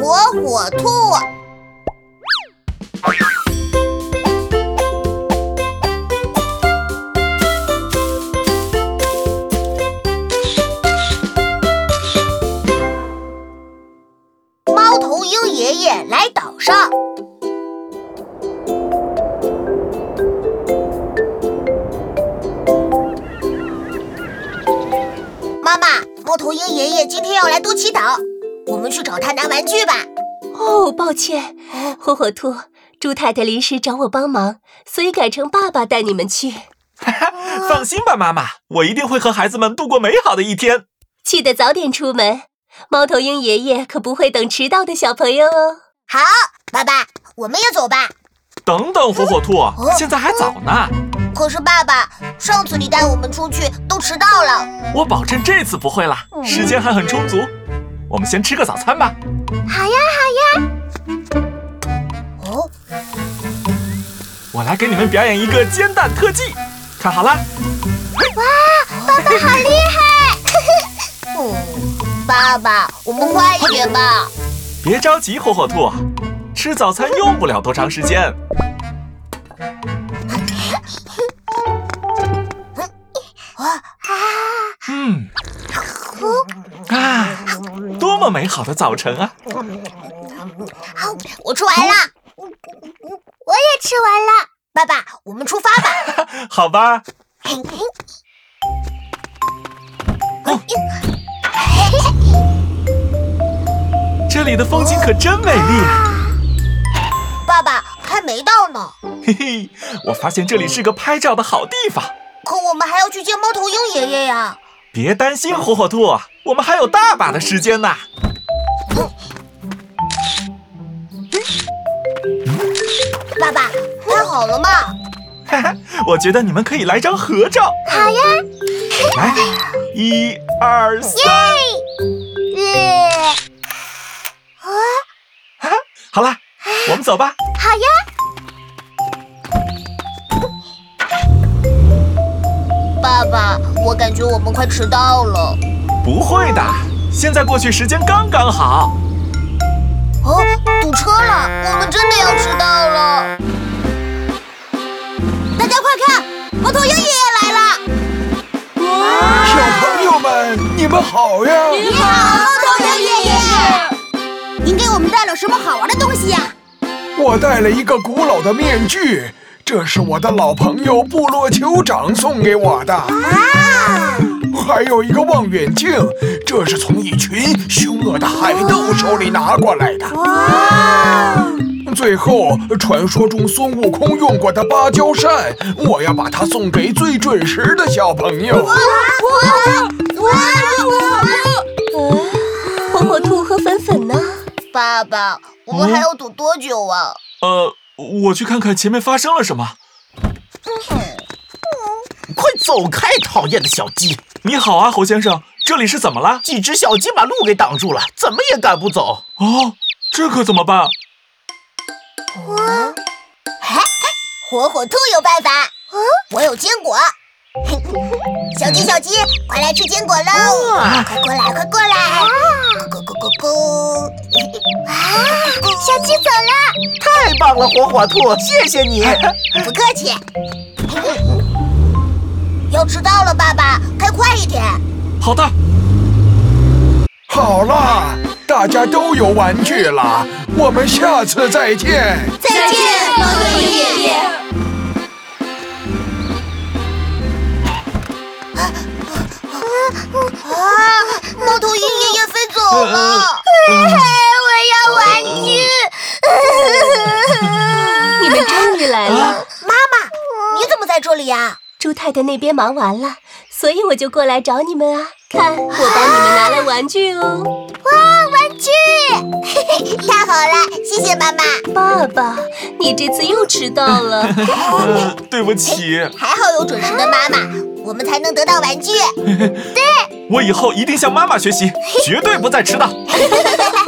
火火兔。猫头鹰爷爷来岛上。妈妈，猫头鹰爷爷今天要来多奇岛，我们去找他拿玩具吧。 哦，抱歉，火火兔，猪太太临时找我帮忙，所以改成爸爸带你们去。 放心吧，妈妈，我一定会和孩子们度过美好的一天。 记得早点出门，猫头鹰爷爷可不会等迟到的小朋友哦。 好，爸爸，我们也走吧。 等等，火火兔，现在还早呢。 可是爸爸，上次你带我们出去都迟到了。 我保证这次不会啦，时间还很充足。我们先吃个早餐吧。 好呀，好呀。哦， 我来给你们表演一个煎蛋特技，看好了。 哇，爸爸好厉害！爸爸，我们快一点吧。 别着急，火火兔，吃早餐用不了多长时间。多么美好的早晨啊！ 我吃完了，我也吃完了。爸爸，我们出发吧。 好吧。这里的风景可真美丽。 爸爸，还没到呢。 嘿嘿，我发现这里是个拍照的好地方。 可我们还要去见猫头鹰爷爷呀。 别担心，火火兔，我们还有大把的时间呢。 爸爸，拍好了吗？ 哈哈，我觉得你们可以来张合照。 好呀。 来，1、2、3。 耶！ 好了，我们走吧。 好呀。爸爸，我感觉我们快迟到了。 不会的，现在过去时间刚刚好。 哦，堵车了，我们真的要迟到了。大家快看，猫头鹰爷爷来了！ 小朋友们，你们好呀！ 你好，猫头鹰爷爷。您给我们带了什么好玩的东西呀？ 我带了一个古老的面具，这是我的老朋友部落酋长送给我的。还有一个望远镜，这是从一群凶恶的海盗手里拿过来的。最后，传说中孙悟空用过的芭蕉扇，我要把它送给最准时的小朋友。 火火兔和粉粉呢？ 爸爸，我们还要堵多久啊？ 我去看看前面发生了什么。 快走开，讨厌的小鸡！ 你好啊，侯先生，这里是怎么了？ 几只小鸡把路给挡住了，怎么也赶不走。 哦，这可怎么办？ 火火兔有办法。我有坚果。小鸡，小鸡，快来吃坚果喽！快过来，快过来！咕咕咕咕咕！小鸡走了。 太棒了，火火兔，谢谢你。 不客气。要迟到了，爸爸，开快一点。 好的。 好了，大家都有玩具了，我们下次再见。 再见，猫头鹰爷爷。猫头鹰爷爷飞走了。我要玩具。 你们终于来了。 妈妈，你怎么在这里呀？ 猪太太那边忙完了，所以我就过来找你们啊！看，我帮你们拿了玩具哦。 哇，玩具！太好了，谢谢妈妈。 爸爸，你这次又迟到了。 对不起。 还好有准时的妈妈，我们才能得到玩具。对， 我以后一定向妈妈学习，绝对不再迟到。